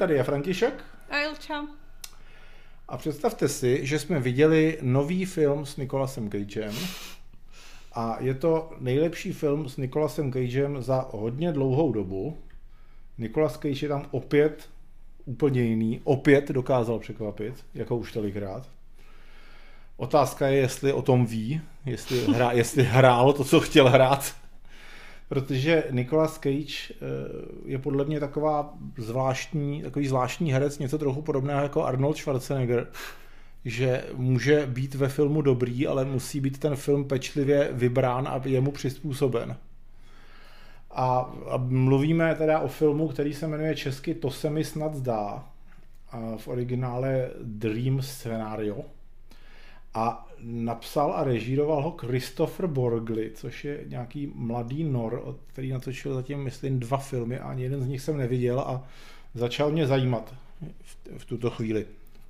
tady je František. A Ilča. A představte si, že jsme viděli nový film s Nicolasem Cagem. A je to nejlepší film s Nicolasem Cagem za hodně dlouhou dobu. Nicolas Cage je tam opět úplně jiný. Opět dokázal překvapit, jako už tolikrát. Otázka je, jestli o tom ví, jestli hrál to, co chtěl hrát. Protože Nicolas Cage je podle mě takový zvláštní herec, něco trochu podobného jako Arnold Schwarzenegger, že může být ve filmu dobrý, ale musí být ten film pečlivě vybrán a je mu přizpůsoben. A mluvíme teda o filmu, který se jmenuje česky To se mi snad zdá, a v originále Dream Scenario. A napsal a režíroval ho Christopher Borgli, což je nějaký mladý Nor, který natočil zatím, myslím, 2 filmy a ani jeden z nich jsem neviděl a začal mě zajímat v tuto chvíli.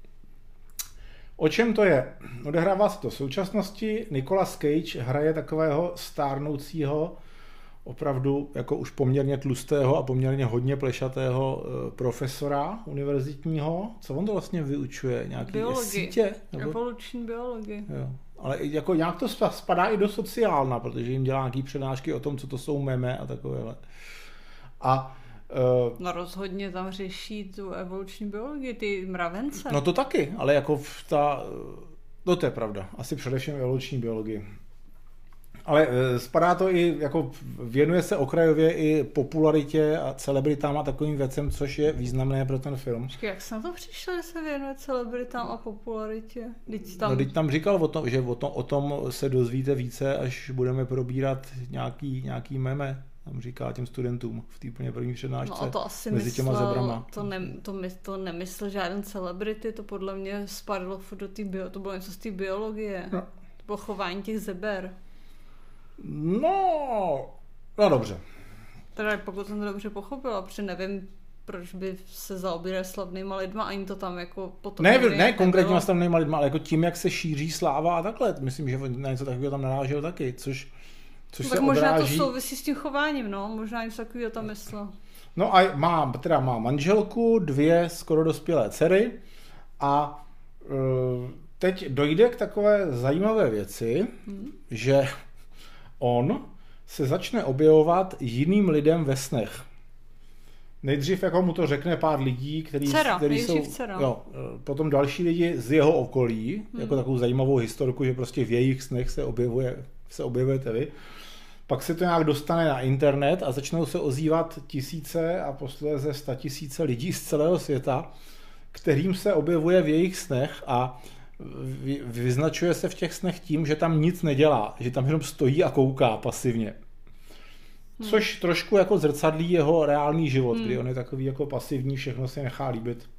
O čem to je? Odehrává se to v současnosti. Nicolas Cage hraje takového stárnoucího, opravdu jako už poměrně tlustého a poměrně hodně plešatého profesora univerzitního. Co on to vlastně vyučuje? Nějaký sítě? Evoluční biologii. Jo. Ale jako nějak to spadá i do sociálna, protože jim dělá nějaký přednášky o tom, co to jsou meme a takovéhle. A no rozhodně tam řeší tu evoluční biologii, ty mravence. No to taky, ale jako no to je pravda, asi především evoluční biologii. Ale spadá to i, jako věnuje se okrajově i popularitě a celebritám a takovým věcem, což je významné pro ten film. Jak jsem to přišel, že se věnuje celebritám a popularitě? Teď tam říkal o tom, že o tom se dozvíte více, až budeme probírat nějaký meme. Tam říká těm studentům v té úplně první přednášce. No a to asi mezi těma zebrama. To nemyslel žádný celebrity, to podle mě spadlo do té to bylo něco z té biologie. No. To bylo chování těch zeber. No dobře. Teda pokud jsem to dobře pochopila, protože nevím, proč by se zaobírali slavnýma lidma, ani to tam jako potom... Ne konkrétně slavnýma lidma, ale jako tím, jak se šíří sláva a takhle. Myslím, že na něco takového tam narážel taky, což tak se možná odráží... to souvisí s tím chováním, no. Možná něco takového tam myslel. No a má manželku, 2 skoro dospělé dcery a teď dojde k takové zajímavé věci, že on se začne objevovat jiným lidem ve snech. Nejdřív jako mu to řekne pár lidí, který jsou... Jo, potom další lidi z jeho okolí, jako takovou zajímavou historku, že prostě v jejich snech se objevujete vy. Pak se to nějak dostane na internet a začnou se ozývat tisíce a posléze 100 000 lidí z celého světa, kterým se objevuje v jejich snech a vyznačuje se v těch snech tím, že tam nic nedělá, že tam jenom stojí a kouká pasivně. Což trošku jako zrcadlí jeho reálný život, kdy on je takový jako pasivní, všechno si nechá líbit.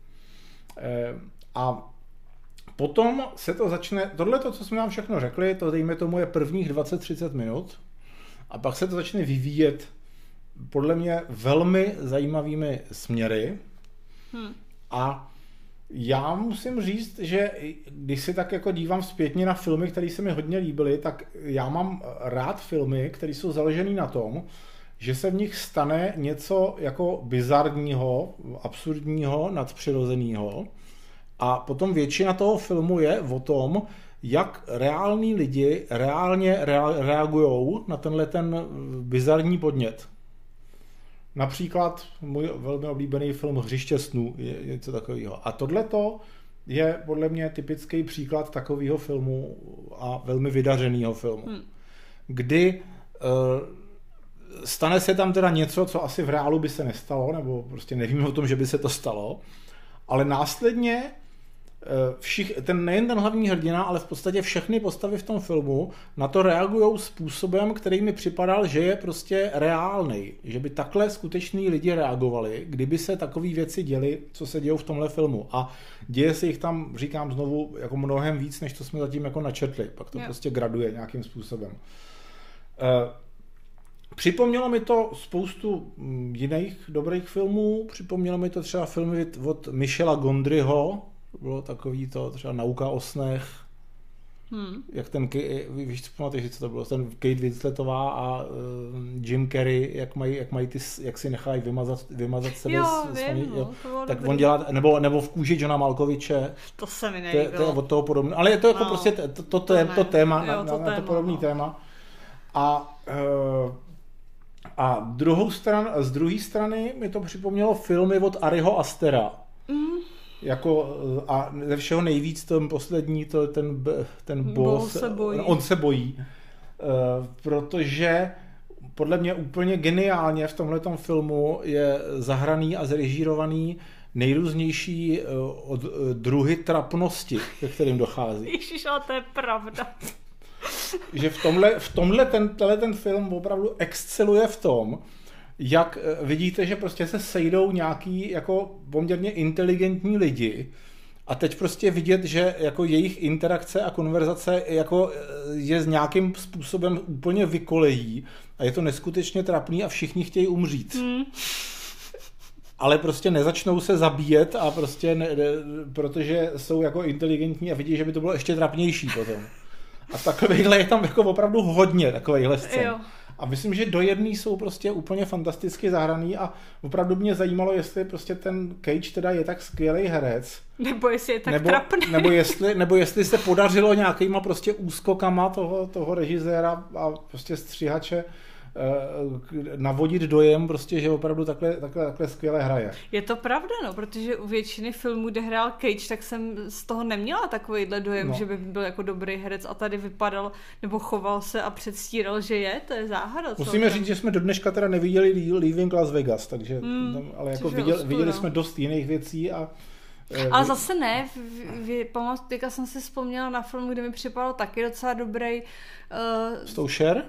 A potom se to začne, tohleto, co jsme vám všechno řekli, to dejme tomu je prvních 20-30 minut a pak se to začne vyvíjet podle mě velmi zajímavými směry a já musím říct, že když si tak jako dívám zpětně na filmy, které se mi hodně líbily, tak já mám rád filmy, které jsou založené na tom, že se v nich stane něco jako bizarního, absurdního, nadpřirozeného a potom většina toho filmu je o tom, jak reální lidi reálně reagujou na tenhle ten bizarní podnět. Například můj velmi oblíbený film Hřiště snů je něco takového. A tohleto je podle mě typický příklad takového filmu a velmi vydařeného filmu. Kdy stane se tam teda něco, co asi v reálu by se nestalo, nebo prostě nevíme o tom, že by se to stalo, ale následně nejen ten hlavní hrdina, ale v podstatě všechny postavy v tom filmu na to reagují způsobem, který mi připadal, že je prostě reálnej. Že by takhle skuteční lidi reagovali, kdyby se takové věci děly, co se dějou v tomhle filmu. A děje se jich tam, říkám znovu, jako mnohem víc, než to jsme zatím jako načetli. Pak to prostě graduje nějakým způsobem. Připomnělo mi to spoustu jiných dobrých filmů. Připomnělo mi to třeba filmy od Michela Gondryho. Bylo takový to třeba Nauka o snech. Jak ten, víš, co pamatuješ, co to bylo? Ten Kate Winsletová a Jim Carrey, jak si nechají vymazat sebe. Tak on dělá, nebo v kůži Johna Malkoviče. To se mi nelíbilo. To je od toho podobné. Ale je to jako prostě to téma, na to podobný téma. A z druhé strany mi to připomnělo filmy od Ariho Astera. Jako, a ze všeho nejvíc ten poslední, ten boss, on se bojí. Protože podle mě úplně geniálně v tomhletom filmu je zahraný a zrežírovaný nejrůznější druhy trapnosti, ke kterým dochází. Ježiš, ale to je pravda. Že v tomhle ten film opravdu exceluje v tom, jak vidíte, že prostě se sejdou nějaký jako poměrně inteligentní lidi a teď prostě vidět, že jako jejich interakce a konverzace jako je s nějakým způsobem úplně vykolejí a je to neskutečně trapný a všichni chtějí umřít. Ale prostě nezačnou se zabíjet a prostě protože jsou jako inteligentní a vidí, že by to bylo ještě trapnější potom. A takovejhle je tam jako opravdu hodně takovejhle scén. Jo. A myslím, že do jedné jsou prostě úplně fantasticky zahraný a opravdu mě zajímalo, jestli prostě ten Cage teda je tak skvělý herec. Nebo jestli je tak trapný. Nebo jestli se podařilo nějakýma prostě úskokama toho režiséra a prostě stříhače navodit dojem prostě, že opravdu takhle skvěle hraje. Je to pravda, no, protože u většiny filmů, kde hrál Cage, tak jsem z toho neměla takovýhle dojem, že by byl jako dobrý herec a tady vypadal, nebo choval se a předstíral, že je, to je záhada. Musíme říct, že jsme do dneška teda neviděli Leaving Las Vegas, takže ale jako viděli jsme dost jiných věcí ale zase ne, teďka jsem si vzpomněla na film, kde mi připadal taky docela dobrý. S tou Cher?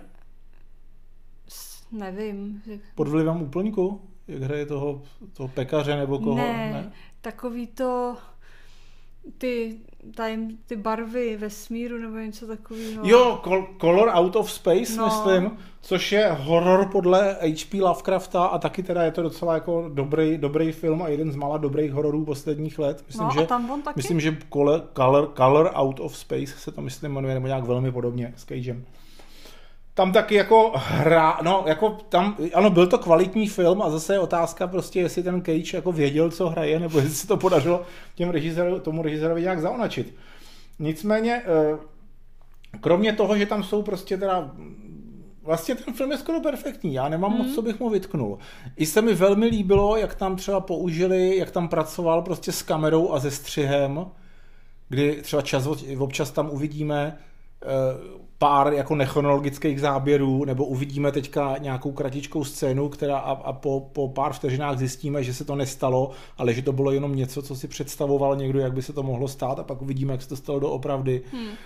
Nevím. Pod vlivem úplňku? Jak hraje toho pekaře nebo koho? Ne? Takový to ty barvy vesmíru nebo něco takového. Jo, Color Out of Space, myslím, což je horor podle H.P. Lovecrafta a taky teda je to docela jako dobrý film a jeden z mála dobrých hororů posledních let. Myslím, že Color Out of Space se to myslím jmenuje, nebo nějak velmi podobně s Cagem. Tam taky jako byl to kvalitní film a zase je otázka prostě, jestli ten Cage jako věděl, co hraje, nebo jestli se to podařilo tomu režisérovi nějak zaonačit. Nicméně, kromě toho, že tam jsou prostě teda, vlastně ten film je skoro perfektní, já nemám moc, co bych mu vytknul. I se mi velmi líbilo, jak tam třeba použili, jak tam pracoval prostě s kamerou a se střihem, kdy třeba občas tam uvidíme pár jako nechronologických záběrů, nebo uvidíme teďka nějakou kratičkou scénu, která a po pár vteřinách zjistíme, že se to nestalo, ale že to bylo jenom něco, co si představoval někdo, jak by se to mohlo stát a pak uvidíme, jak se to stalo doopravdy.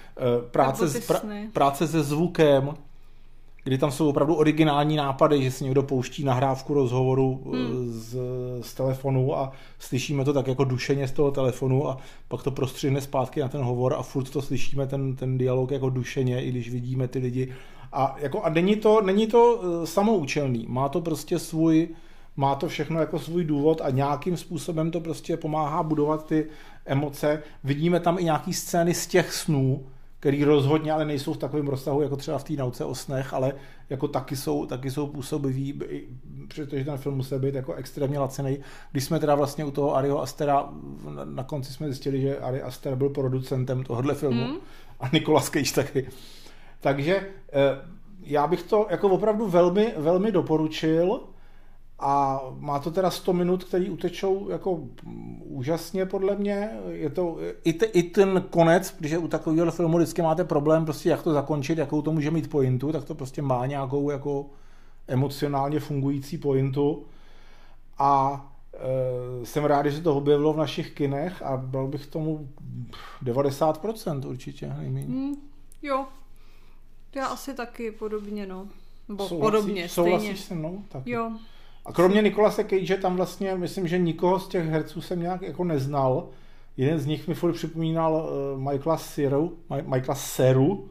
Práce se zvukem, kdy tam jsou opravdu originální nápady, že si někdo pouští nahrávku rozhovoru z telefonu a slyšíme to tak jako dušeně z toho telefonu a pak to prostřihne zpátky na ten hovor a furt to slyšíme ten dialog jako dušeně, i když vidíme ty lidi. A není to samoučelný, má to prostě má to všechno jako svůj důvod a nějakým způsobem to prostě pomáhá budovat ty emoce. Vidíme tam i nějaký scény z těch snů, který rozhodně ale nejsou v takovém rozsahu, jako třeba v té Nauce o snech, ale jako taky jsou působivý, protože ten film musel být jako extrémně lacený. Když jsme teda vlastně u toho Ariho Astera, na konci jsme zjistili, že Ari Aster byl producentem tohohle filmu a Nicolas Cage taky. Takže já bych to jako opravdu velmi, velmi doporučil a má to teda 100 minut, který utečou jako úžasně podle mě. Je to i ten konec, protože u takového filmu vždycky máte problém prostě jak to zakončit, jakou to může mít pointu, tak to prostě má nějakou jako emocionálně fungující pointu a jsem rád, že se to objevilo v našich kinech a dal bych tomu 90% určitě. Jo, já asi taky podobně, no. Souhlasíš se mnou? Taky. Jo. A kromě Nicolase Cage tam vlastně, myslím, že nikoho z těch herců jsem nějak jako neznal. Jeden z nich mi furt připomínal Michaela Ceru.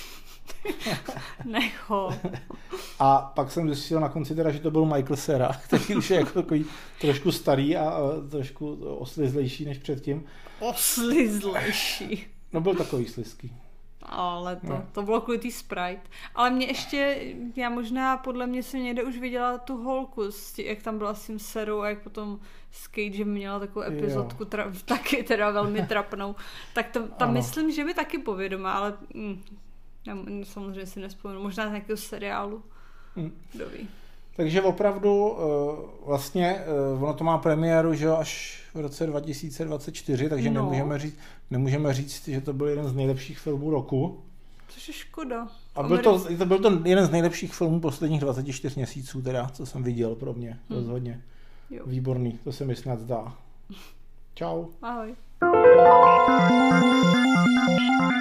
Necho. A pak jsem zjistil na konci teda, že to byl Michael Cera, který už je jako takový trošku starý a trošku oslizlejší než předtím. Oslizlejší. No byl takový slizký. Ale to bylo kvůli tý Sprite. Ale mě ještě, podle mě jsem někde už viděla tu holku, jak tam byla s tím Serou a jak potom s Cagem měla takovou epizodku, taky teda velmi trapnou. Tak tam myslím, že by taky povědomá, ale samozřejmě si nespomenu. Možná z nějakého seriálu. Kdo ví. Takže opravdu vlastně ono to má premiéru, že až v roce 2024, takže nemůžeme říct, že to byl jeden z nejlepších filmů roku. Což je škoda. A byl to jeden z nejlepších filmů posledních 24 měsíců, teda, co jsem viděl pro mě. Rozhodně. Jo. Výborný, to se mi snad zdá. Čau. Ahoj.